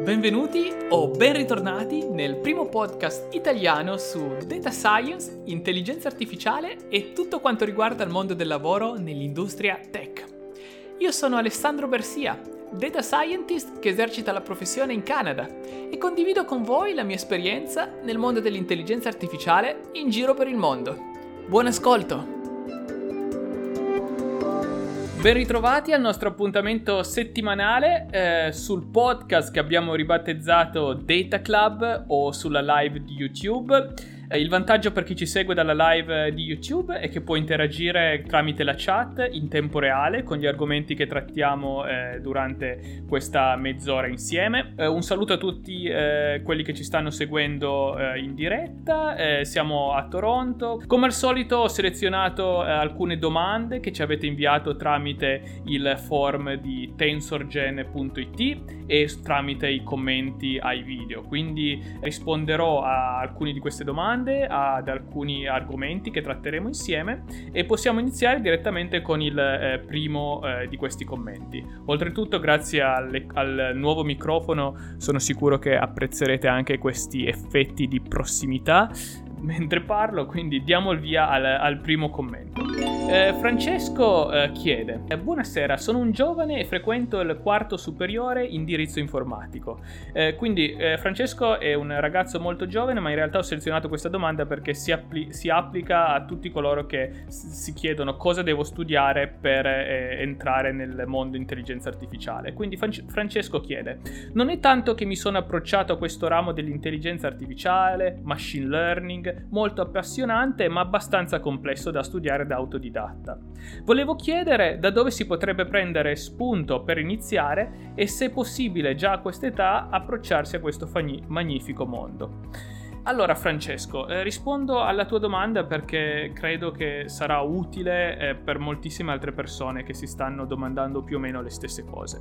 Benvenuti o ben ritornati nel primo podcast italiano su Data Science, intelligenza artificiale e tutto quanto riguarda il mondo del lavoro nell'industria tech. Io sono Alessandro Bersia, Data Scientist che esercita la professione in Canada e condivido con voi la mia esperienza nel mondo dell'intelligenza artificiale in giro per il mondo. Buon ascolto! Ben ritrovati al nostro appuntamento settimanale sul podcast che abbiamo ribattezzato Data Club o sulla live di YouTube. Il vantaggio per chi ci segue dalla live di YouTube è che può interagire tramite la chat in tempo reale con gli argomenti che trattiamo durante questa mezz'ora insieme. Un saluto a tutti quelli che ci stanno seguendo in diretta. Siamo a Toronto. Come al solito ho selezionato alcune domande che ci avete inviato tramite il form di tensorgen.it e tramite i commenti ai video. Quindi risponderò a alcune di queste domande, ad alcuni argomenti che tratteremo insieme e possiamo iniziare direttamente con il primo di questi commenti. Oltretutto, grazie al nuovo microfono sono sicuro che apprezzerete anche questi effetti di prossimità mentre parlo, quindi diamo il via al primo commento. Francesco chiede: buonasera, sono un giovane e frequento il quarto superiore indirizzo informatico. Quindi Francesco è un ragazzo molto giovane, ma in realtà ho selezionato questa domanda perché si applica a tutti coloro che si chiedono cosa devo studiare per entrare nel mondo intelligenza artificiale. Quindi Francesco chiede: non è tanto che mi sono approcciato a questo ramo dell'intelligenza artificiale, machine learning, molto appassionante ma abbastanza complesso da studiare da autodidatta. Volevo chiedere da dove si potrebbe prendere spunto per iniziare e se è possibile già a quest'età approcciarsi a questo magnifico mondo. Allora Francesco, rispondo alla tua domanda perché credo che sarà utile per moltissime altre persone che si stanno domandando più o meno le stesse cose.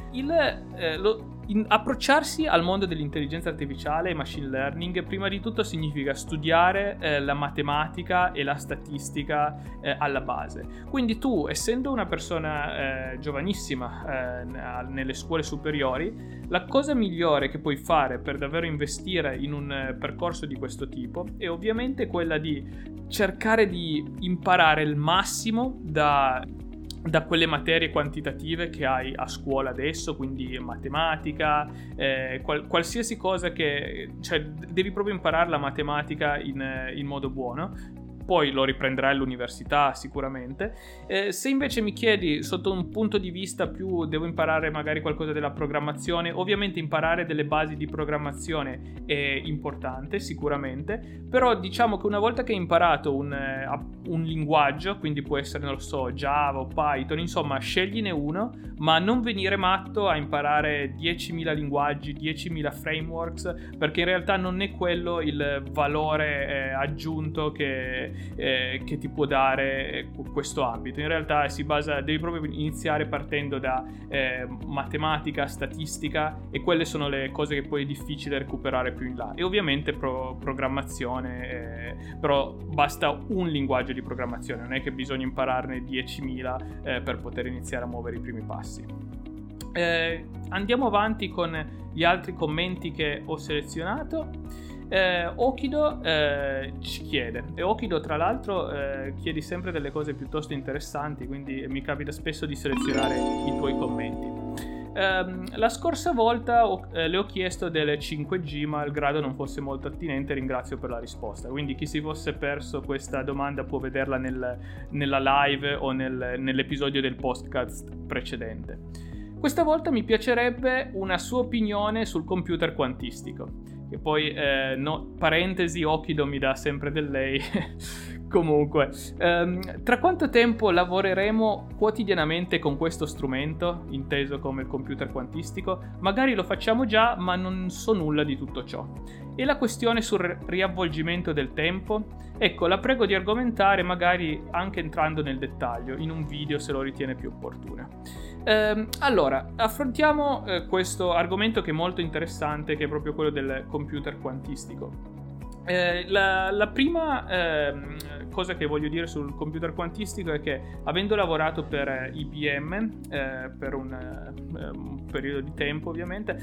Approcciarsi al mondo dell'intelligenza artificiale e machine learning prima di tutto significa studiare la matematica e la statistica alla base. Quindi tu, essendo una persona giovanissima nelle scuole superiori, la cosa migliore che puoi fare per davvero investire in un percorso di questo tipo è ovviamente quella di cercare di imparare il massimo da quelle materie quantitative che hai a scuola adesso, quindi matematica, qualsiasi cosa cioè devi proprio imparare la matematica in modo buono. Poi lo riprenderai all'università sicuramente. Se invece mi chiedi sotto un punto di vista più devo imparare magari qualcosa della programmazione, ovviamente imparare delle basi di programmazione è importante sicuramente, però diciamo che una volta che hai imparato un linguaggio, quindi può essere, non lo so, Java o Python, insomma scegliene uno, ma non venire matto a imparare 10.000 linguaggi, 10.000 frameworks, perché in realtà non è quello il valore aggiunto che ti può dare questo ambito. In realtà devi proprio iniziare partendo da matematica, statistica, e quelle sono le cose che poi è difficile recuperare più in là, e ovviamente programmazione, però basta un linguaggio di programmazione, non è che bisogna impararne 10.000 per poter iniziare a muovere i primi passi. Andiamo avanti con gli altri commenti che ho selezionato. Okido ci chiede, e Okido tra l'altro chiedi sempre delle cose piuttosto interessanti, quindi mi capita spesso di selezionare i tuoi commenti. La scorsa volta le ho chiesto delle 5G, ma il grado non fosse molto attinente. Ringrazio per la risposta. Quindi chi si fosse perso questa domanda può vederla nella live o nell'episodio del podcast precedente. Questa volta mi piacerebbe una sua opinione sul computer quantistico, che poi parentesi, Okido mi dà sempre del lei. Comunque, tra quanto tempo lavoreremo quotidianamente con questo strumento, inteso come il computer quantistico? Magari lo facciamo già, ma non so nulla di tutto ciò. E la questione sul riavvolgimento del tempo? Ecco, la prego di argomentare, magari anche entrando nel dettaglio, in un video se lo ritiene più opportuno. Allora, affrontiamo questo argomento che è molto interessante, che è proprio quello del computer quantistico. La prima cosa che voglio dire sul computer quantistico è che, avendo lavorato per IBM per un periodo di tempo ovviamente,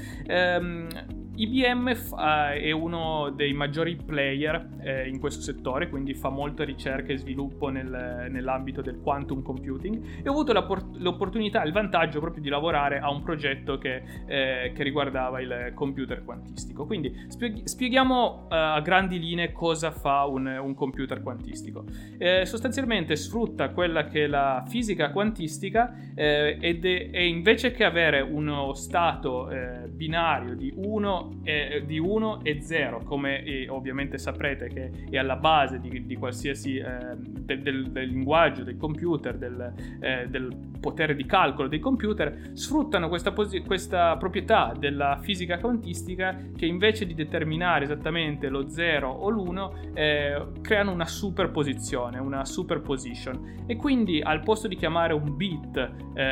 IBM è uno dei maggiori player in questo settore, quindi fa molta ricerca e sviluppo nell'ambito del quantum computing, e ho avuto l'opportunità, il vantaggio proprio di lavorare a un progetto che riguardava il computer quantistico. Quindi spieghiamo a grandi linee cosa fa un computer quantistico. Sostanzialmente sfrutta quella che è la fisica quantistica, e invece che avere uno stato binario di 1 e 0, come ovviamente saprete che è alla base di qualsiasi del linguaggio del computer, del potere di calcolo dei computer, sfruttano questa proprietà della fisica quantistica, che invece di determinare esattamente lo 0 o l'1 creano una superposizione, una superposition, e quindi al posto di chiamare un bit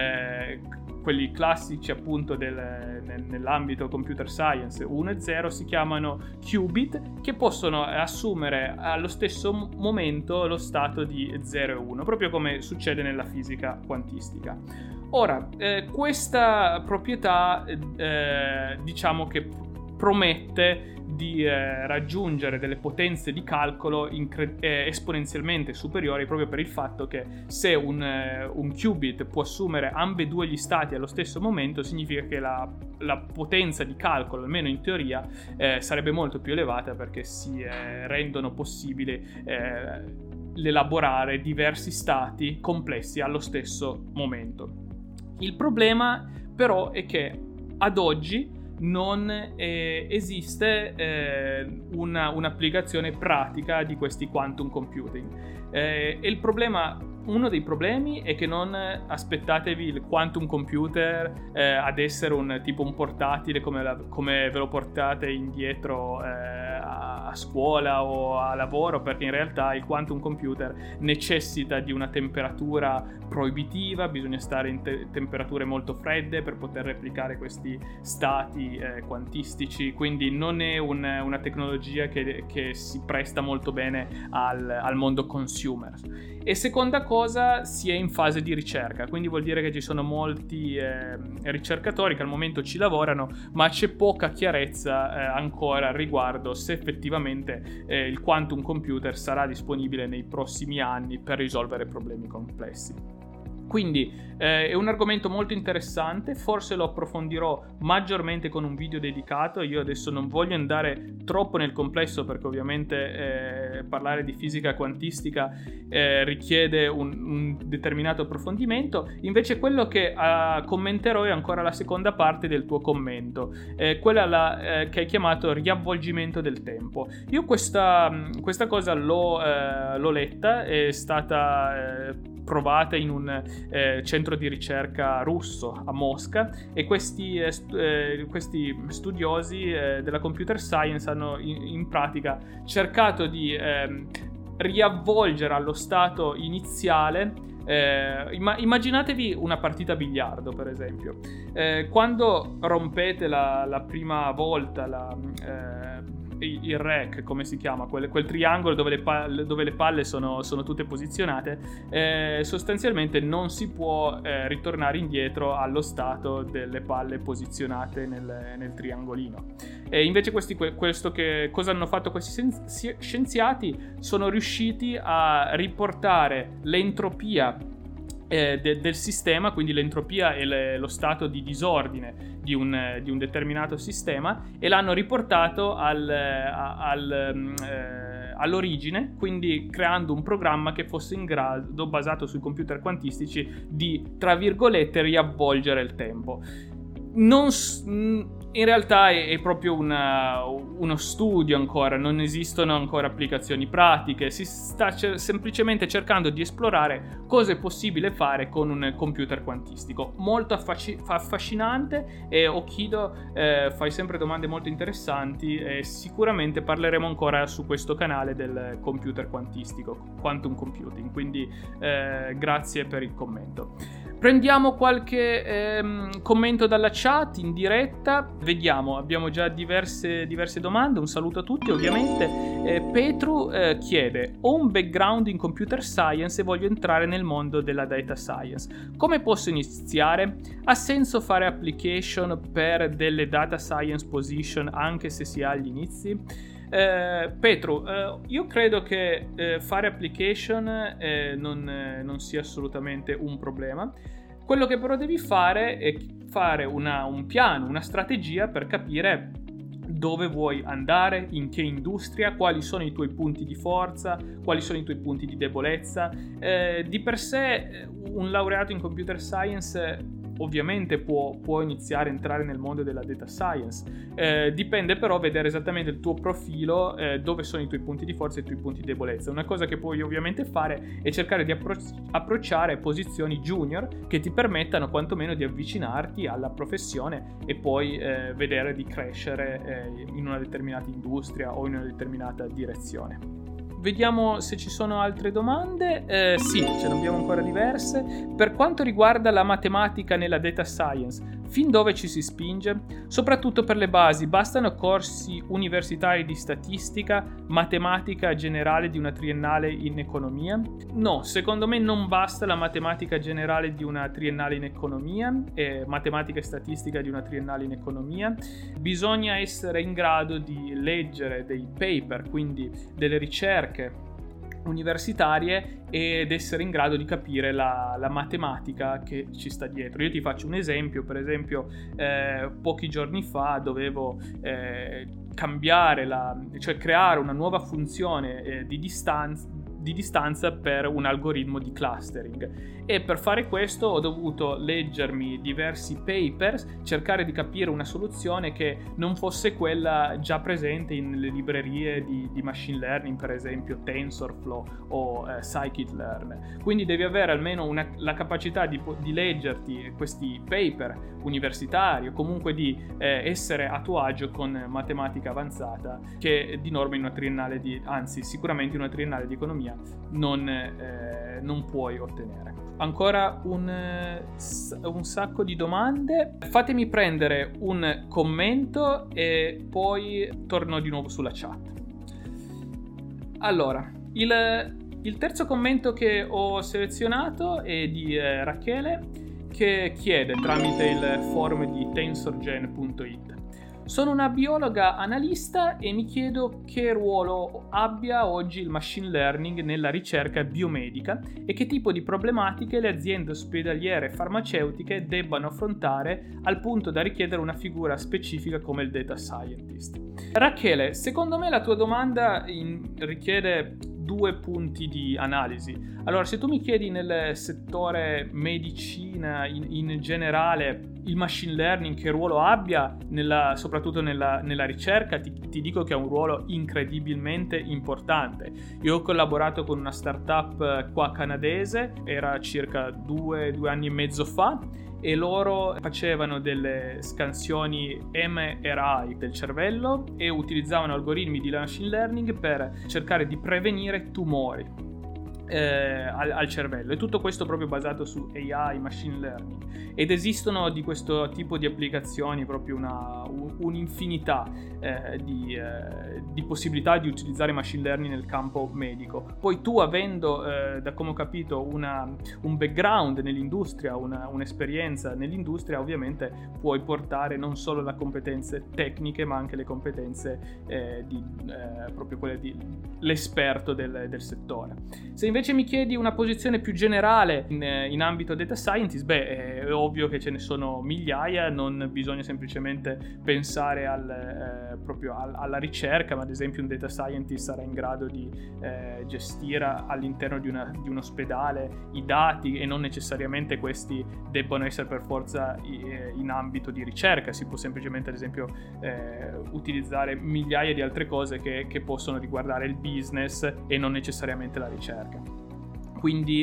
quelli classici appunto nell'ambito computer science 1 e 0, si chiamano qubit, che possono assumere allo stesso momento lo stato di 0 e 1, proprio come succede nella fisica quantistica. Ora, questa proprietà diciamo che promette di raggiungere delle potenze di calcolo esponenzialmente superiori, proprio per il fatto che se un qubit può assumere ambedue gli stati allo stesso momento, significa che la potenza di calcolo, almeno in teoria, sarebbe molto più elevata, perché si rendono possibili l'elaborare diversi stati complessi allo stesso momento. Il problema però è che ad oggi non esiste un'applicazione pratica di questi quantum computing. E uno dei problemi è che non aspettatevi il quantum computer ad essere un portatile come ve lo portate indietro a scuola o a lavoro, perché in realtà il quantum computer necessita di una temperatura proibitiva, bisogna stare in temperature molto fredde per poter replicare questi stati quantistici, quindi non è una tecnologia che si presta molto bene al mondo consumer. E seconda cosa, si è in fase di ricerca, quindi vuol dire che ci sono molti ricercatori che al momento ci lavorano, ma c'è poca chiarezza ancora al riguardo se effettivamente il quantum computer sarà disponibile nei prossimi anni per risolvere problemi complessi. Quindi è un argomento molto interessante, forse lo approfondirò maggiormente con un video dedicato. Io adesso non voglio andare troppo nel complesso, perché ovviamente parlare di fisica quantistica richiede un determinato approfondimento. Invece quello che commenterò è ancora la seconda parte del tuo commento, quella che hai chiamato riavvolgimento del tempo. Io questa cosa l'ho letta, è stata provata in un centro di ricerca russo a Mosca, e questi studiosi della computer science hanno in pratica cercato di riavvolgere allo stato iniziale. Immaginatevi una partita a biliardo, per esempio. Quando rompete la prima volta il rack, come si chiama, quel triangolo dove le palle sono tutte posizionate, sostanzialmente non si può ritornare indietro allo stato delle palle posizionate nel triangolino. E invece cosa hanno fatto questi scienziati? Sono riusciti a riportare l'entropia del sistema, quindi l'entropia è lo stato di disordine di un determinato sistema, e l'hanno riportato all'origine, quindi creando un programma che fosse in grado, basato sui computer quantistici, di, tra virgolette, riavvolgere il tempo. In realtà è proprio uno studio ancora, non esistono ancora applicazioni pratiche, si sta semplicemente cercando di esplorare cosa è possibile fare con un computer quantistico. Molto affascinante, e Okido fai sempre domande molto interessanti, e sicuramente parleremo ancora su questo canale del computer quantistico, quantum computing, quindi grazie per il commento. Prendiamo qualche commento dalla chat in diretta. Vediamo, abbiamo già diverse domande. Un saluto a tutti ovviamente. Petru chiede: ho un background in computer science e voglio entrare nel mondo della data science. Come posso iniziare? Ha senso fare application per delle data science position anche se si ha agli inizi? Petru, io credo che fare application non sia assolutamente un problema. Quello che però devi fare è fare un piano, una strategia per capire dove vuoi andare, in che industria, quali sono i tuoi punti di forza, quali sono i tuoi punti di debolezza. Di per sé un laureato in computer science ovviamente può iniziare a entrare nel mondo della data science. Dipende però vedere esattamente il tuo profilo, dove sono i tuoi punti di forza e i tuoi punti di debolezza. Una cosa che puoi ovviamente fare è cercare di approcciare posizioni junior che ti permettano quantomeno di avvicinarti alla professione e poi vedere di crescere in una determinata industria o in una determinata direzione. Vediamo se ci sono altre domande. Sì, ce ne abbiamo ancora diverse. Per quanto riguarda la matematica nella data science, fin dove ci si spinge? Soprattutto per le basi, bastano corsi universitari di statistica, matematica generale di una triennale in economia? No, secondo me non basta la matematica generale di una triennale in economia e matematica e statistica di una triennale in economia. Bisogna essere in grado di leggere dei paper, quindi delle ricerche universitarie, ed essere in grado di capire la matematica che ci sta dietro. Io ti faccio un esempio. Per esempio, pochi giorni fa dovevo creare una nuova funzione di distanza per un algoritmo di clustering, e per fare questo ho dovuto leggermi diversi papers, cercare di capire una soluzione che non fosse quella già presente nelle librerie di machine learning, per esempio TensorFlow o scikit-learn. Quindi devi avere almeno la capacità di leggerti questi paper universitari, o comunque di essere a tuo agio con matematica avanzata, che di norma in una triennale sicuramente in una triennale di economia non puoi ottenere. Ancora un sacco di domande. Fatemi prendere un commento e poi torno di nuovo sulla chat. Allora, il terzo commento che ho selezionato è di Rachele, che chiede tramite il forum di tensorgen.it: sono una biologa analista e mi chiedo che ruolo abbia oggi il machine learning nella ricerca biomedica e che tipo di problematiche le aziende ospedaliere e farmaceutiche debbano affrontare al punto da richiedere una figura specifica come il data scientist. Rachele, secondo me la tua domanda richiede due punti di analisi. Allora, se tu mi chiedi nel settore medicina in generale il machine learning che ruolo abbia soprattutto nella ricerca, ti dico che ha un ruolo incredibilmente importante. Io ho collaborato con una startup qua canadese, era circa 2 anni e mezzo fa, e loro facevano delle scansioni MRI del cervello e utilizzavano algoritmi di machine learning per cercare di prevenire tumori al cervello, e tutto questo proprio basato su AI, machine learning, ed esistono di questo tipo di applicazioni proprio un'infinità di possibilità di utilizzare machine learning nel campo medico. Poi tu, avendo da come ho capito un background nell'industria, un'esperienza nell'industria, ovviamente puoi portare non solo le competenze tecniche ma anche le competenze proprio quelle dell'esperto del settore. Se invece mi chiedi una posizione più generale in ambito data scientist, è ovvio che ce ne sono migliaia, non bisogna semplicemente pensare proprio alla ricerca, ma ad esempio un data scientist sarà in grado di gestire all'interno di un ospedale i dati, e non necessariamente questi debbono essere per forza in ambito di ricerca. Si può semplicemente, ad esempio, utilizzare migliaia di altre cose che possono riguardare il business e non necessariamente la ricerca. Quindi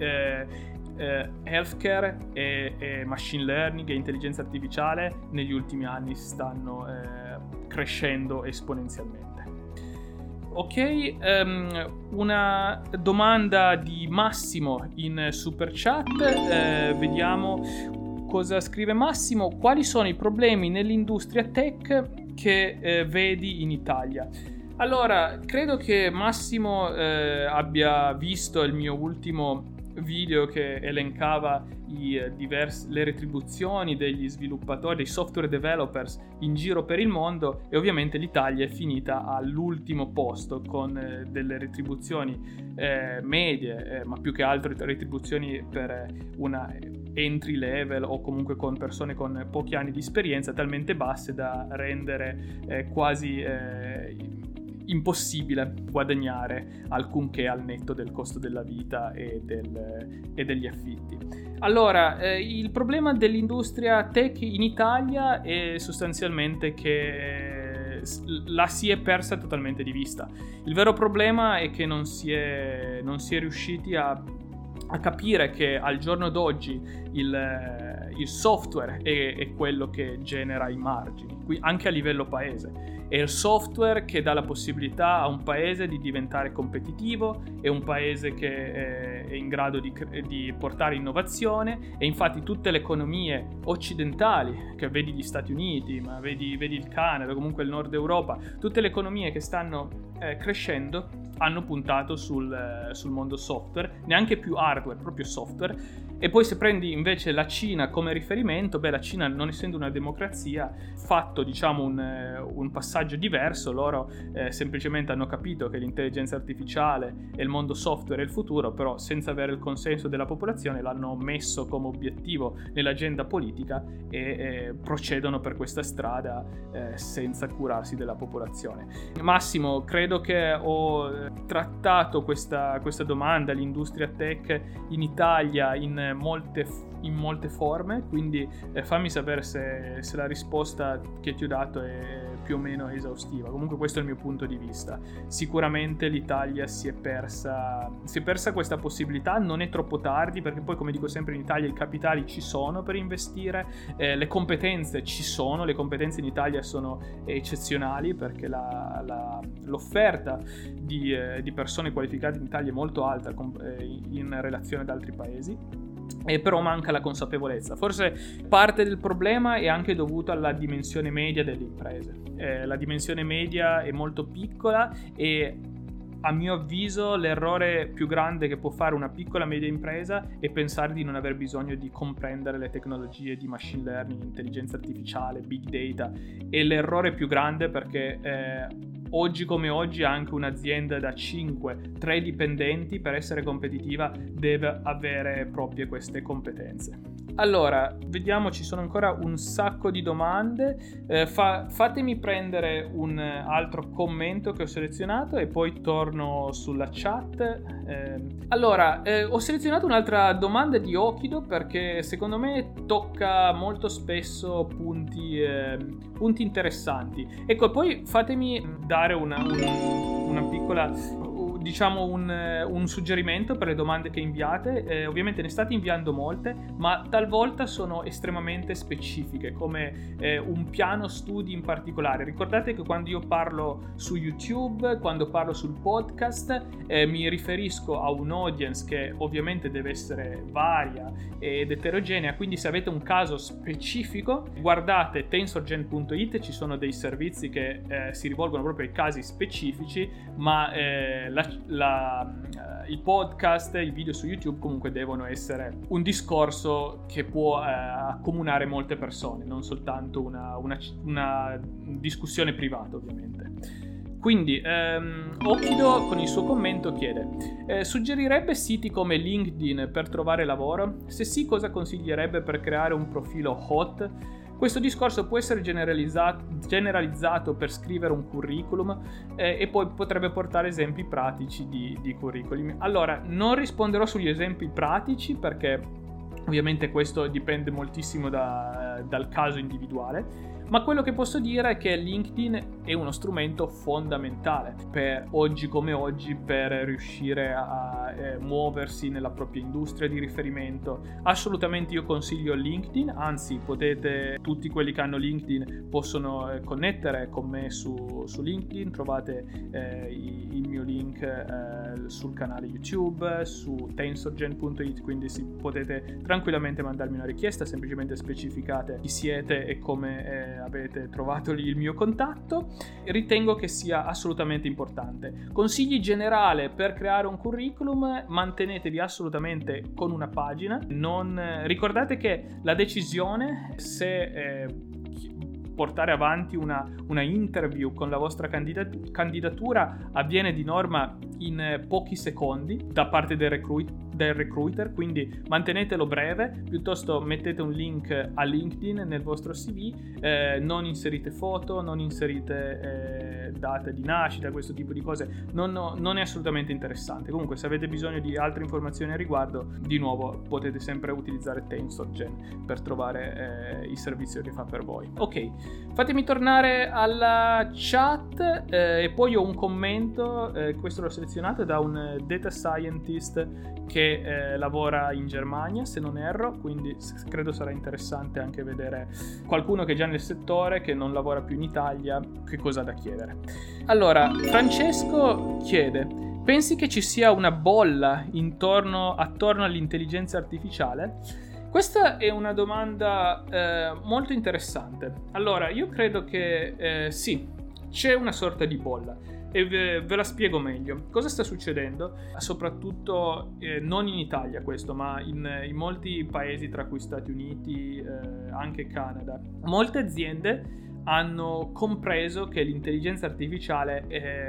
healthcare e machine learning e intelligenza artificiale negli ultimi anni stanno crescendo esponenzialmente. Ok, una domanda di Massimo in super chat, vediamo. cosa scrive Massimo: quali sono i problemi nell'industria tech che vedi in Italia? Allora, credo che Massimo abbia visto il mio ultimo video che elencava le retribuzioni degli sviluppatori, dei software developers in giro per il mondo, e ovviamente l'Italia è finita all'ultimo posto con delle retribuzioni medie, ma più che altro retribuzioni per una entry level o comunque con persone con pochi anni di esperienza talmente basse da rendere quasi impossibile guadagnare alcunché al netto del costo della vita e degli affitti. Allora, il problema dell'industria tech in Italia è sostanzialmente che la si è persa totalmente di vista. Il vero problema è che non si è riusciti a capire che al giorno d'oggi il software è quello che genera i margini, anche a livello paese. È il software che dà la possibilità a un paese di diventare competitivo, è un paese che è in grado di portare innovazione, e infatti tutte le economie occidentali, che vedi gli Stati Uniti, ma vedi il Canada, comunque il Nord Europa, tutte le economie che stanno crescendo hanno puntato sul mondo software, neanche più hardware, proprio software. E poi se prendi invece la Cina come riferimento, la Cina, non essendo una democrazia, fatto diciamo un passaggio diverso, loro semplicemente hanno capito che l'intelligenza artificiale e il mondo software è il futuro, però senza avere il consenso della popolazione l'hanno messo come obiettivo nell'agenda politica e procedono per questa strada senza curarsi della popolazione. Massimo, credo che ho trattato questa domanda, l'industria tech in Italia, in molte forme, quindi fammi sapere se la risposta che ti ho dato è più o meno esaustiva. Comunque questo è il mio punto di vista. Sicuramente l'Italia si è persa questa possibilità. Non è troppo tardi, perché poi, come dico sempre, in Italia i capitali ci sono per investire, le competenze ci sono, le competenze in Italia sono eccezionali, perché l'offerta di persone qualificate in Italia è molto alta in relazione ad altri paesi. Però manca la consapevolezza. Forse parte del problema è anche dovuto alla dimensione media delle imprese. La dimensione media è molto piccola e, a mio avviso, l'errore più grande che può fare una piccola media impresa è pensare di non aver bisogno di comprendere le tecnologie di machine learning, intelligenza artificiale, big data. È l'errore più grande, perché oggi come oggi anche un'azienda da 3 dipendenti, per essere competitiva, deve avere proprio queste competenze. Allora, vediamo, ci sono ancora un sacco di domande. Fatemi prendere un altro commento che ho selezionato e poi torno sulla chat. Allora, ho selezionato un'altra domanda di Okido, perché secondo me tocca molto spesso punti interessanti. Ecco, poi fatemi dare una piccola, diciamo un suggerimento per le domande che inviate. Ovviamente ne state inviando molte, ma talvolta sono estremamente specifiche, come un piano studi in particolare. Ricordate che quando io parlo su YouTube, quando parlo sul podcast, mi riferisco a un audience che ovviamente deve essere varia ed eterogenea, quindi se avete un caso specifico guardate tensorgen.it, ci sono dei servizi che si rivolgono proprio ai casi specifici, ma il podcast, i video su YouTube comunque devono essere un discorso che può accomunare molte persone, non soltanto una discussione privata, ovviamente. Quindi Okido con il suo commento chiede: suggerirebbe siti come LinkedIn per trovare lavoro? Se sì, cosa consiglierebbe per creare un profilo hot? Questo discorso può essere generalizzato per scrivere un curriculum e poi potrebbe portare esempi pratici di curriculum. Allora, non risponderò sugli esempi pratici, perché ovviamente questo dipende moltissimo dal caso individuale, ma quello che posso dire è che LinkedIn è uno strumento fondamentale per oggi come oggi, per riuscire a muoversi nella propria industria di riferimento. Assolutamente io consiglio LinkedIn, anzi tutti quelli che hanno LinkedIn possono connettere con me su LinkedIn, trovate il mio link sul canale YouTube, su tensorgen.it, quindi potete tranquillamente mandarmi una richiesta, semplicemente specificate chi siete e come avete trovato lì il mio contatto. Ritengo che sia assolutamente importante. Consigli generali per creare un curriculum: mantenetevi assolutamente con una pagina. Ricordate che la decisione se portare avanti una interview con la vostra candidatura avviene di norma in pochi secondi da parte del recruiter, quindi mantenetelo breve, piuttosto mettete un link a LinkedIn nel vostro CV, non inserite foto, non inserite date di nascita, questo tipo di cose non è assolutamente interessante. Comunque, se avete bisogno di altre informazioni a riguardo, di nuovo potete sempre utilizzare TensorGen per trovare il servizio che fa per voi. Ok, fatemi tornare alla chat e poi ho un commento, questo l'ho selezionato da un data scientist che lavora in Germania, se non erro, quindi credo sarà interessante anche vedere qualcuno che è già nel settore, che non lavora più in Italia, che cosa ha da chiedere. Allora, Francesco chiede: pensi che ci sia una bolla attorno all'intelligenza artificiale? Questa è una domanda molto interessante. Allora, io credo che sì, c'è una sorta di bolla. E ve la spiego meglio. Cosa sta succedendo? Soprattutto non in Italia questo, ma in molti paesi, tra cui Stati Uniti, anche Canada. Molte aziende hanno compreso che l'intelligenza artificiale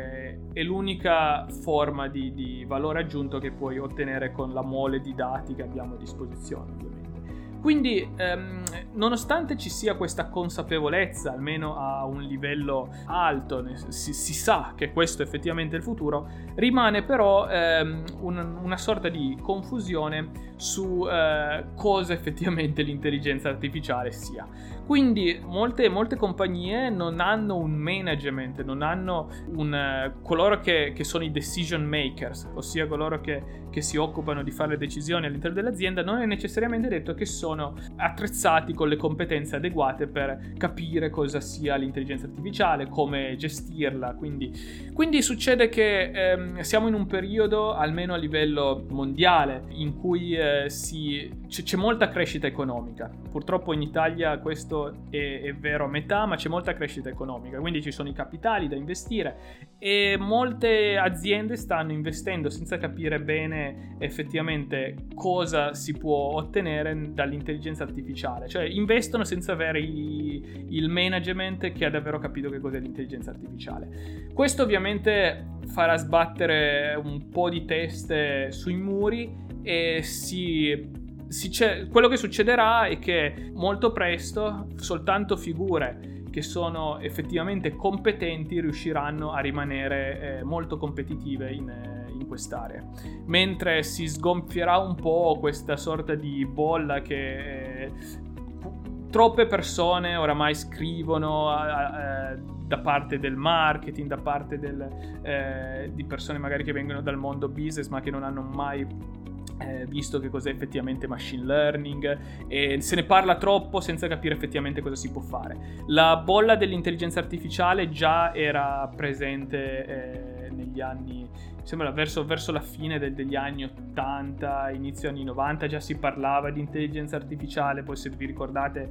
è l'unica forma di valore aggiunto che puoi ottenere con la mole di dati che abbiamo a disposizione, ovviamente. Quindi, nonostante ci sia questa consapevolezza, almeno a un livello alto, si sa che questo è effettivamente il futuro, rimane però una sorta di confusione su cosa effettivamente l'intelligenza artificiale sia. Quindi molte compagnie non hanno un management, non hanno coloro che sono i decision makers, ossia coloro che si occupano di fare le decisioni all'interno dell'azienda. Non è necessariamente detto che sono attrezzati con le competenze adeguate per capire cosa sia l'intelligenza artificiale, come gestirla. Quindi succede che siamo in un periodo, almeno a livello mondiale, in cui c'è molta crescita economica. Purtroppo in Italia questo è vero a metà, ma c'è molta crescita economica, quindi ci sono i capitali da investire e molte aziende stanno investendo senza capire bene effettivamente cosa si può ottenere dall'intelligenza artificiale, cioè investono senza avere il management che ha davvero capito che cos'è l'intelligenza artificiale. Questo ovviamente farà sbattere un po' di teste sui muri e quello che succederà è che molto presto soltanto figure che sono effettivamente competenti riusciranno a rimanere molto competitive in quest'area, mentre si sgonfierà un po' questa sorta di bolla che troppe persone oramai scrivono da parte del marketing, da parte di persone magari che vengono dal mondo business ma che non hanno mai visto che cos'è effettivamente machine learning, e se ne parla troppo senza capire effettivamente cosa si può fare. La bolla dell'intelligenza artificiale già era presente negli anni, mi sembra verso la fine degli anni 80, inizio anni 90 già si parlava di intelligenza artificiale. Poi, se vi ricordate,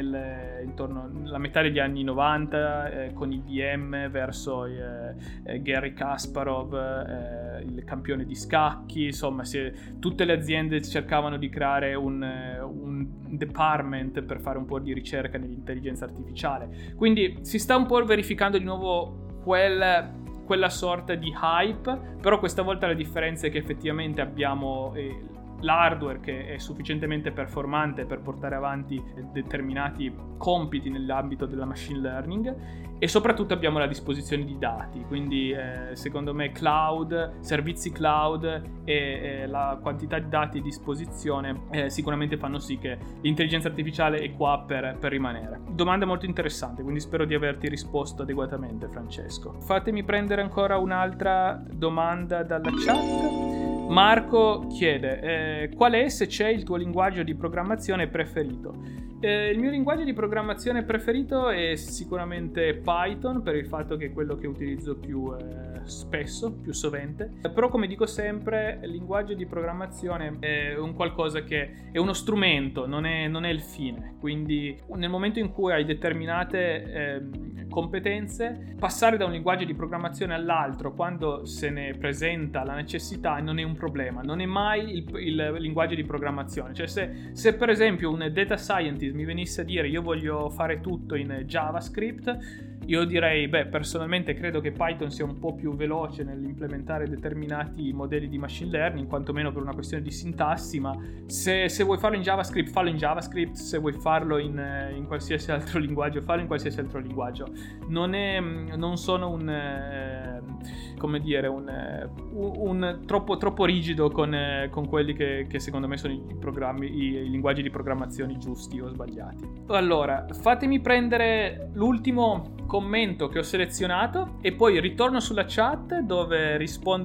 intorno alla metà degli anni 90 con IBM verso Garry Kasparov, il campione di scacchi, insomma tutte le aziende cercavano di creare un department per fare un po' di ricerca nell'intelligenza artificiale. Quindi si sta un po' verificando di nuovo quella sorta di hype, però questa volta la differenza è che effettivamente abbiamo l'hardware che è sufficientemente performante per portare avanti determinati compiti nell'ambito della machine learning, e soprattutto abbiamo la disposizione di dati. Quindi secondo me servizi cloud e la quantità di dati a disposizione sicuramente fanno sì che l'intelligenza artificiale è qua per rimanere. Domanda molto interessante, quindi spero di averti risposto adeguatamente, Francesco. Fatemi prendere ancora un'altra domanda dalla chat. Marco chiede qual è, se c'è, il tuo linguaggio di programmazione preferito? Il mio linguaggio di programmazione preferito è sicuramente Python, per il fatto che è quello che utilizzo più spesso, più sovente. Però, come dico sempre, il linguaggio di programmazione è un qualcosa che è uno strumento, non è il fine. Quindi nel momento in cui hai determinate competenze, passare da un linguaggio di programmazione all'altro quando se ne presenta la necessità non è un problema, non è mai il linguaggio di programmazione. Cioè se per esempio un data scientist mi venisse a dire io voglio fare tutto in JavaScript, io direi, personalmente credo che Python sia un po' più veloce nell'implementare determinati modelli di machine learning, quantomeno per una questione di sintassi, ma se vuoi farlo in JavaScript, fallo in JavaScript, se vuoi farlo in qualsiasi altro linguaggio, fallo in qualsiasi altro linguaggio. Non sono un troppo rigido con quelli che secondo me sono i linguaggi di programmazione giusti o sbagliati. Allora, fatemi prendere l'ultimo commento che ho selezionato e poi ritorno sulla chat dove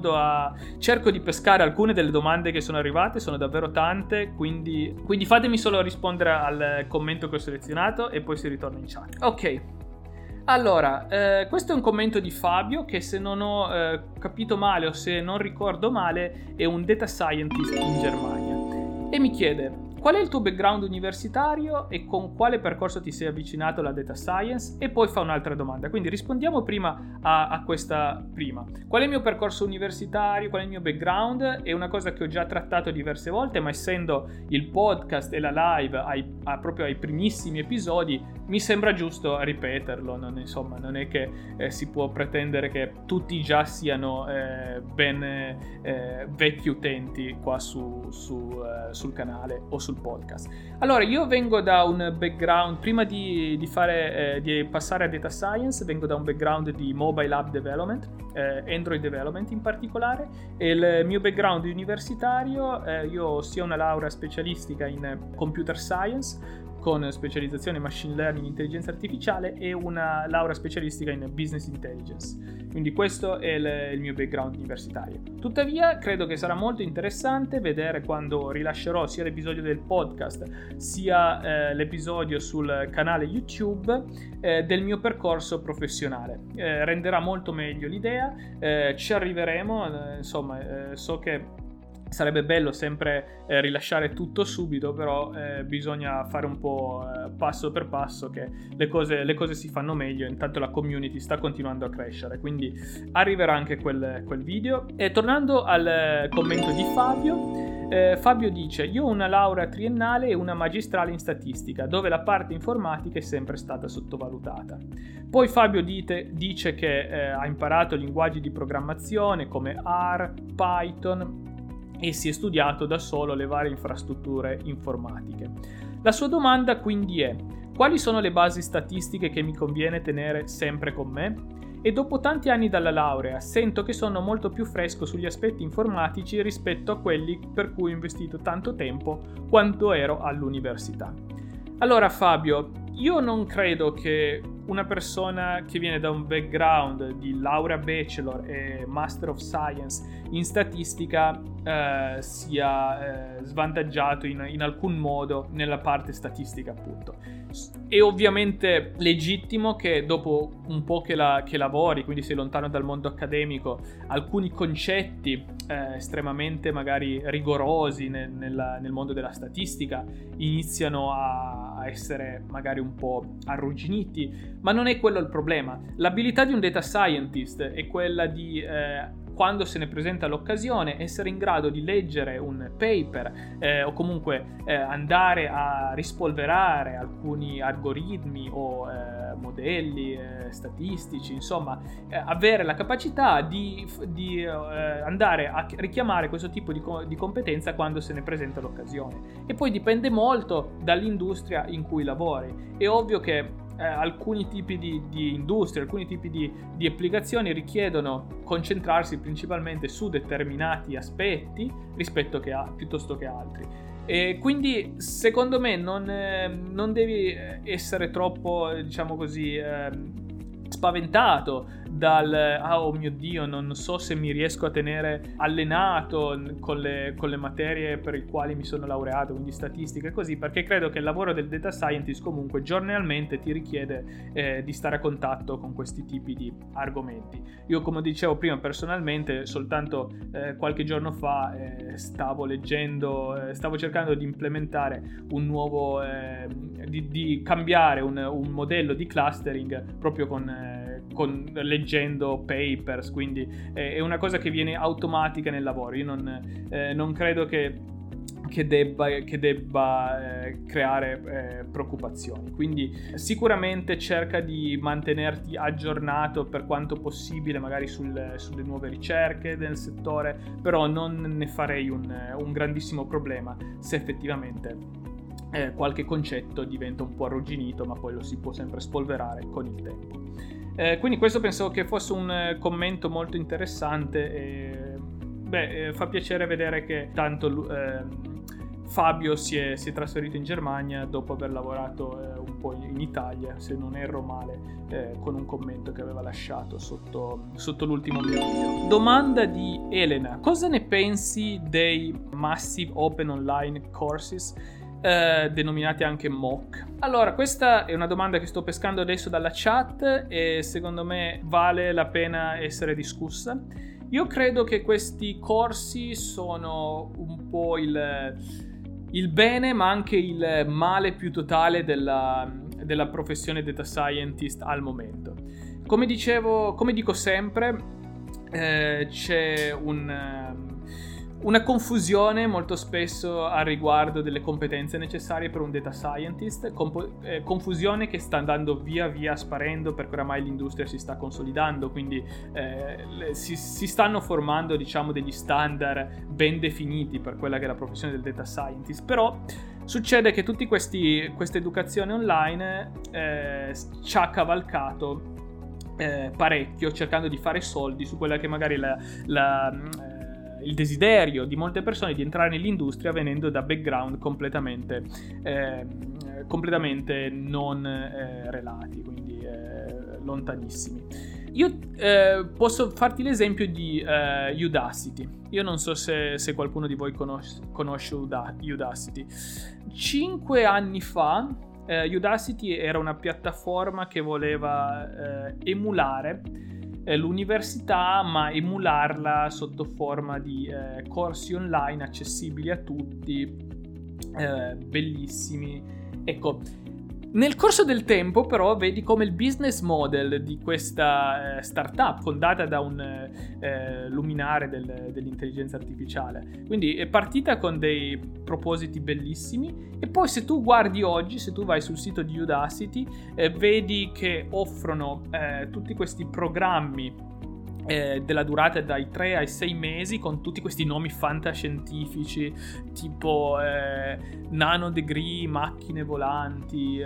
cerco di pescare alcune delle domande che sono arrivate, sono davvero tante, quindi fatemi solo rispondere al commento che ho selezionato e poi si ritorna in chat. Ok. Allora, questo è un commento di Fabio che, se non ho capito male o se non ricordo male, è un data scientist in Germania e mi chiede: qual è il tuo background universitario e con quale percorso ti sei avvicinato alla data science? E poi fa un'altra domanda. Quindi rispondiamo prima a questa prima. Qual è il mio percorso universitario? Qual è il mio background? È una cosa che ho già trattato diverse volte, ma essendo il podcast e la live proprio ai primissimi episodi, mi sembra giusto ripeterlo. Non è che si può pretendere che tutti già siano ben vecchi utenti qua sul canale o sul podcast. Allora, io vengo da un background, prima di passare a data science, vengo da un background di mobile app development, Android development in particolare, e il mio background universitario, io ho sia una laurea specialistica in computer science con specializzazione in machine learning e intelligenza artificiale e una laurea specialistica in business intelligence. Quindi questo è il mio background universitario. Tuttavia credo che sarà molto interessante vedere, quando rilascerò sia l'episodio del podcast sia l'episodio sul canale YouTube, del mio percorso professionale. Renderà molto meglio l'idea, ci arriveremo, so che sarebbe bello sempre rilasciare tutto subito, però bisogna fare un po' passo per passo, che le cose si fanno meglio. Intanto la community sta continuando a crescere, quindi arriverà anche quel video. E tornando al commento di Fabio dice: io ho una laurea triennale e una magistrale in statistica, dove la parte informatica è sempre stata sottovalutata. Poi Fabio dice che ha imparato linguaggi di programmazione come R, Python, e si è studiato da solo le varie infrastrutture informatiche. La sua domanda quindi è: quali sono le basi statistiche che mi conviene tenere sempre con me? E dopo tanti anni dalla laurea sento che sono molto più fresco sugli aspetti informatici rispetto a quelli per cui ho investito tanto tempo quando ero all'università. Allora Fabio, io non credo che una persona che viene da un background di laurea bachelor e master of science in statistica sia svantaggiato in alcun modo nella parte statistica, appunto. È ovviamente legittimo che dopo un po' che lavori, quindi sei lontano dal mondo accademico, alcuni concetti estremamente magari rigorosi nel mondo della statistica iniziano a essere magari un po' arrugginiti, ma non è quello il problema. L'abilità di un data scientist è quella di quando se ne presenta l'occasione, essere in grado di leggere un paper o comunque andare a rispolverare alcuni algoritmi o modelli statistici, insomma avere la capacità di andare a richiamare questo tipo di competenza quando se ne presenta l'occasione. E poi dipende molto dall'industria in cui lavori. È ovvio che alcuni tipi di industrie, alcuni tipi di applicazioni richiedono concentrarsi principalmente su determinati aspetti piuttosto che altri. E quindi secondo me non devi essere troppo, diciamo così, spaventato oh mio Dio, non so se mi riesco a tenere allenato con le materie per le quali mi sono laureato, quindi statistica e così, perché credo che il lavoro del data scientist comunque giornalmente ti richiede di stare a contatto con questi tipi di argomenti. Io, come dicevo prima, personalmente soltanto qualche giorno fa stavo cercando di implementare un nuovo di cambiare un modello di clustering proprio con leggendo papers, quindi è una cosa che viene automatica nel lavoro. Io non credo che debba creare preoccupazioni, quindi sicuramente cerca di mantenerti aggiornato per quanto possibile, magari sulle nuove ricerche del settore, però non ne farei un grandissimo problema se effettivamente qualche concetto diventa un po' arrugginito, ma poi lo si può sempre spolverare con il tempo. Quindi questo penso che fosse un commento molto interessante e fa piacere vedere che tanto Fabio si è trasferito in Germania dopo aver lavorato un po' in Italia, se non erro male, con un commento che aveva lasciato sotto l'ultimo mio video. Domanda di Elena: cosa ne pensi dei Massive Open Online Courses, denominati anche MOOC? Allora, questa è una domanda che sto pescando adesso dalla chat e secondo me vale la pena essere discussa. Io credo che questi corsi sono un po' il bene ma anche il male più totale della professione data scientist al momento. Come dico sempre, c'è una confusione molto spesso al riguardo delle competenze necessarie per un data scientist, confusione che sta andando via via sparendo perché oramai l'industria si sta consolidando, quindi si stanno formando, diciamo, degli standard ben definiti per quella che è la professione del data scientist. Però succede che tutti questa educazione online ci ha cavalcato parecchio, cercando di fare soldi su quella che magari il desiderio di molte persone di entrare nell'industria venendo da background completamente non relati, quindi lontanissimi. Io posso farti l'esempio di Udacity. Io non so se qualcuno di voi conosce Udacity. 5 anni fa Udacity era una piattaforma che voleva emulare l'università, ma emularla sotto forma di corsi online accessibili a tutti, bellissimi. Ecco, nel corso del tempo però vedi come il business model di questa startup fondata da un luminare dell'intelligenza artificiale, quindi è partita con dei propositi bellissimi, e poi se tu guardi oggi, se tu vai sul sito di Udacity, vedi che offrono tutti questi programmi della durata dai 3 ai 6 mesi con tutti questi nomi fantascientifici tipo nano degree, macchine volanti,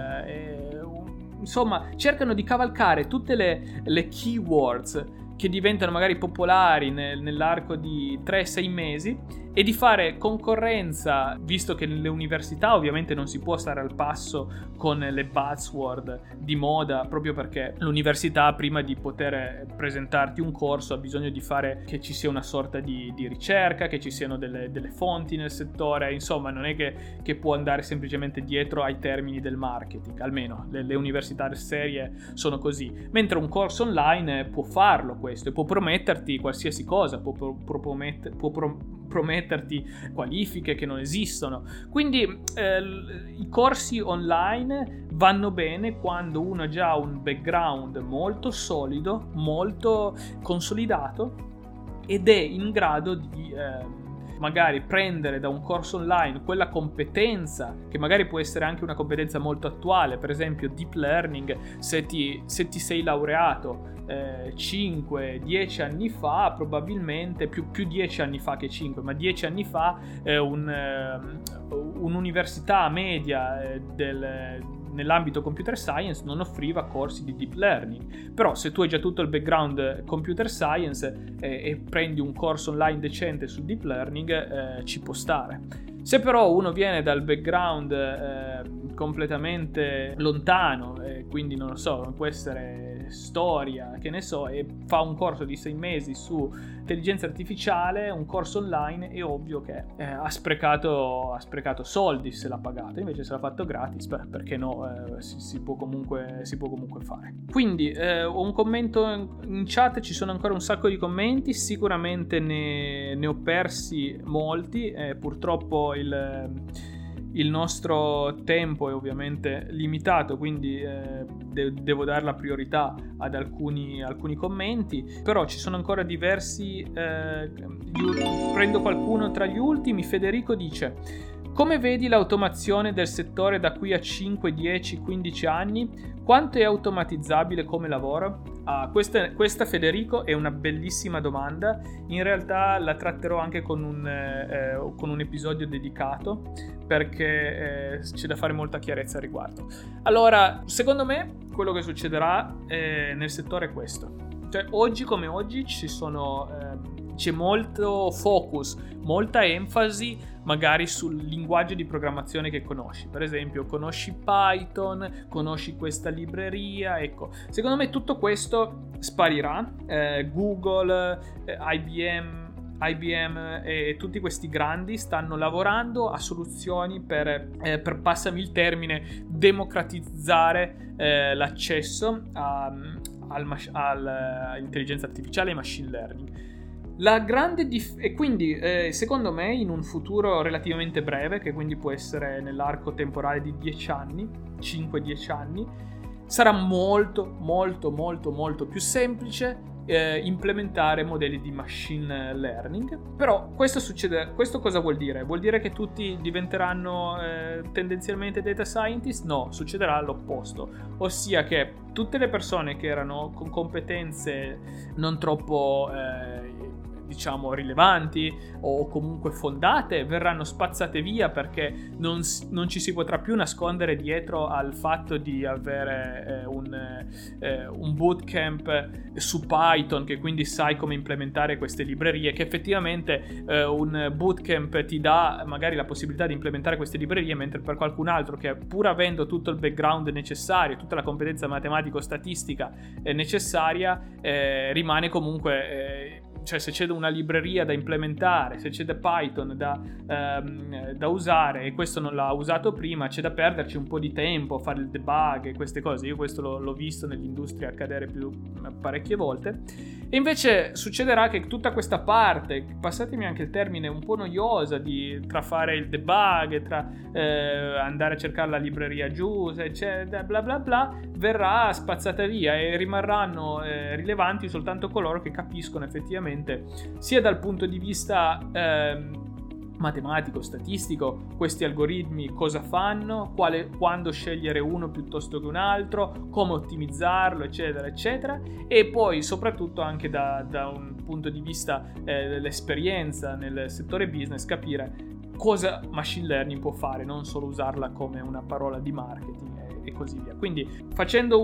insomma cercano di cavalcare tutte le keywords che diventano magari popolari nell'arco di 3-6 mesi e di fare concorrenza, visto che nelle università ovviamente non si può stare al passo con le buzzword di moda, proprio perché l'università, prima di poter presentarti un corso, ha bisogno di fare che ci sia una sorta di ricerca, che ci siano delle fonti nel settore, insomma non è che può andare semplicemente dietro ai termini del marketing, almeno le università serie sono così, mentre un corso online può farlo questo e può prometterti qualsiasi cosa, può prometterti qualifiche che non esistono. Quindi i corsi online vanno bene quando uno ha già un background molto solido, molto consolidato ed è in grado di magari prendere da un corso online quella competenza che magari può essere anche una competenza molto attuale, per esempio deep learning. Se ti sei laureato 5-10 anni fa, probabilmente più 10 anni fa che 5, ma 10 anni fa un'università media nell'ambito computer science non offriva corsi di deep learning. Però se tu hai già tutto il background computer science e prendi un corso online decente su deep learning, ci può stare. Se però uno viene dal background completamente lontano, quindi non lo so, può essere storia, che ne so, e fa un corso di 6 mesi su intelligenza artificiale, un corso online, è ovvio che ha sprecato soldi se l'ha pagato. Invece se l'ha fatto gratis, perché no, si può comunque fare. Quindi ho un commento in chat, ci sono ancora un sacco di commenti, sicuramente ne ho persi molti, purtroppo il nostro tempo è ovviamente limitato, quindi devo dare la priorità ad alcuni commenti, però ci sono ancora diversi. Prendo qualcuno tra gli ultimi. Federico dice: come vedi l'automazione del settore da qui a 5, 10, 15 anni? Quanto è automatizzabile come lavoro? Questa Federico è una bellissima domanda. In realtà la tratterò anche con un episodio dedicato, perché c'è da fare molta chiarezza al riguardo. Allora, secondo me quello che succederà nel settore è questo. Cioè, oggi come oggi c'è molto focus, molta enfasi magari sul linguaggio di programmazione che conosci. Per esempio, conosci Python, conosci questa libreria, ecco. Secondo me tutto questo sparirà. Google, IBM e tutti questi grandi stanno lavorando a soluzioni per passami il termine, democratizzare l'accesso all'intelligenza artificiale e machine learning. E quindi secondo me in un futuro relativamente breve, che quindi può essere nell'arco temporale di 10 anni, 5-10 anni, sarà molto molto molto molto più semplice implementare modelli di machine learning. Però questo cosa vuol dire? Vuol dire che tutti diventeranno tendenzialmente data scientist? No, succederà l'opposto, ossia che tutte le persone che erano con competenze non troppo diciamo rilevanti o comunque fondate verranno spazzate via, perché non ci si potrà più nascondere dietro al fatto di avere un bootcamp su Python, che quindi sai come implementare queste librerie, che effettivamente un bootcamp ti dà magari la possibilità di implementare queste librerie, mentre per qualcun altro che pur avendo tutto il background necessario, tutta la competenza matematico-statistica necessaria, rimane comunque cioè se c'è una libreria da implementare, se c'è Python da usare e questo non l'ha usato prima, c'è da perderci un po' di tempo a fare il debug e queste cose. Io questo l'ho visto nell'industria accadere parecchie volte. E invece succederà che tutta questa parte, passatemi anche il termine, un po' noiosa tra fare il debug, tra andare a cercare la libreria giusta, eccetera, bla bla bla, verrà spazzata via e rimarranno rilevanti soltanto coloro che capiscono effettivamente, sia dal punto di vista matematico, statistico, questi algoritmi cosa fanno, quando scegliere uno piuttosto che un altro, come ottimizzarlo, eccetera eccetera, e poi soprattutto anche da un punto di vista dell'esperienza nel settore business, capire cosa machine learning può fare, non solo usarla come una parola di marketing e così via. Quindi, facendo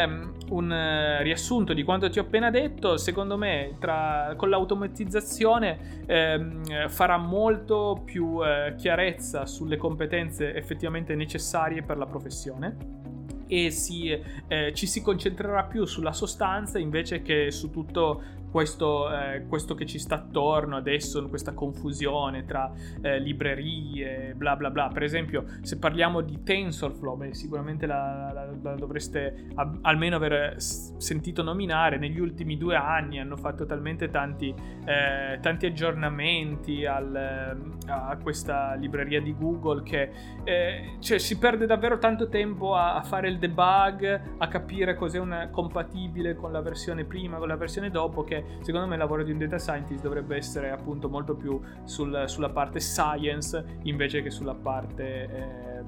un riassunto di quanto ti ho appena detto, secondo me con l'automatizzazione farà molto più chiarezza sulle competenze effettivamente necessarie per la professione, e ci si concentrerà più sulla sostanza invece che su tutto questo che ci sta attorno adesso, questa confusione tra librerie, bla bla bla. Per esempio, se parliamo di TensorFlow, sicuramente la dovreste almeno aver sentito nominare. Negli ultimi 2 anni hanno fatto talmente tanti aggiornamenti a questa libreria di Google che cioè si perde davvero tanto tempo a fare il debug, a capire cos'è compatibile con la versione prima, con la versione dopo, che secondo me il lavoro di un data scientist dovrebbe essere appunto molto più sulla parte science invece che sulla parte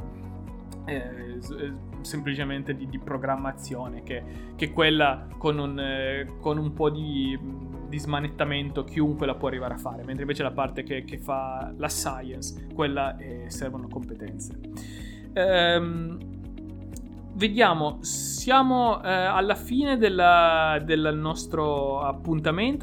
semplicemente di programmazione, che quella con un po' di smanettamento chiunque la può arrivare a fare, mentre invece la parte che fa la science, quella servono competenze. Vediamo, siamo alla fine del nostro appuntamento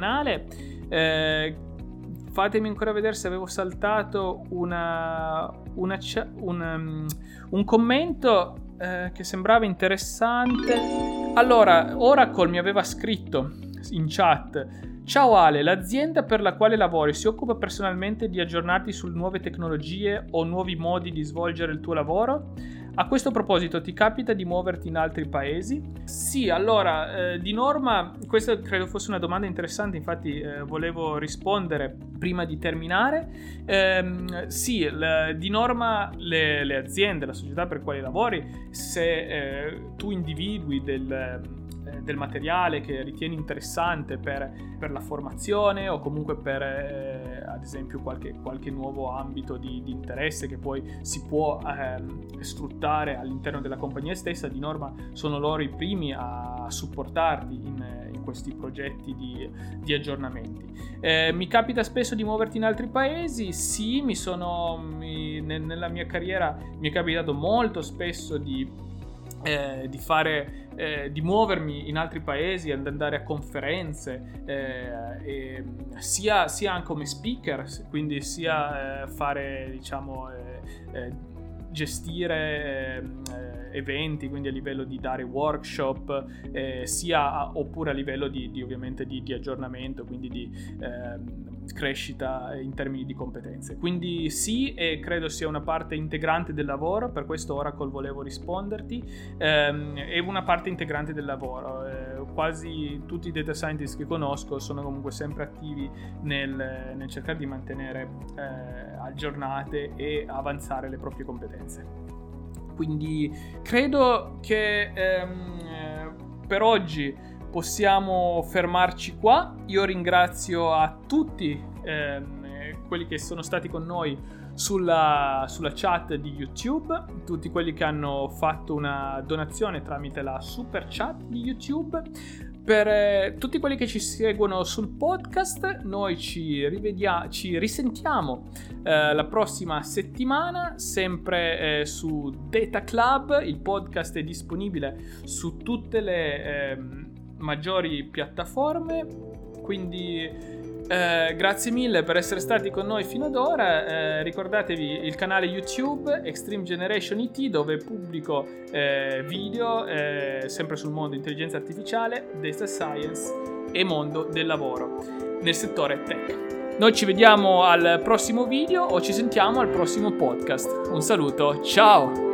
settimanale. Fatemi ancora vedere se avevo saltato un commento che sembrava interessante. Allora, Oracle mi aveva scritto in chat: ciao Ale, l'azienda per la quale lavori si occupa personalmente di aggiornarti su nuove tecnologie o nuovi modi di svolgere il tuo lavoro? A questo proposito, ti capita di muoverti in altri paesi? Sì, allora, di norma, questa credo fosse una domanda interessante, infatti volevo rispondere prima di terminare. Sì, di norma le aziende, la società per quale lavori, se tu individui del materiale che ritieni interessante per la formazione o comunque per ad esempio qualche nuovo ambito di interesse che poi si può sfruttare all'interno della compagnia stessa, di norma sono loro i primi a supportarti in questi progetti di aggiornamenti. Mi capita spesso di muoverti in altri paesi? Sì, nella mia carriera mi è capitato molto spesso di muovermi in altri paesi, ad andare a conferenze, sia anche come speaker, quindi sia fare, diciamo, gestire eventi, quindi a livello di dare workshop, oppure a livello ovviamente di aggiornamento, quindi di crescita in termini di competenze. Quindi sì, e credo sia una parte integrante del lavoro, per questo Oracle volevo risponderti, è una parte integrante del lavoro. Quasi tutti i data scientist che conosco sono comunque sempre attivi nel cercare di mantenere aggiornate e avanzare le proprie competenze. Quindi credo che per oggi possiamo fermarci qua. Io ringrazio a tutti quelli che sono stati con noi sulla chat di YouTube, tutti quelli che hanno fatto una donazione tramite la super chat di YouTube. Per tutti quelli che ci seguono sul podcast, noi ci risentiamo la prossima settimana, sempre su Data Club. Il podcast è disponibile su tutte le maggiori piattaforme, quindi grazie mille per essere stati con noi fino ad ora. Ricordatevi il canale YouTube Extreme Generation IT, dove pubblico video sempre sul mondo intelligenza artificiale, data science e mondo del lavoro nel settore tech. Noi ci vediamo al prossimo video o ci sentiamo al prossimo podcast. Un saluto, ciao!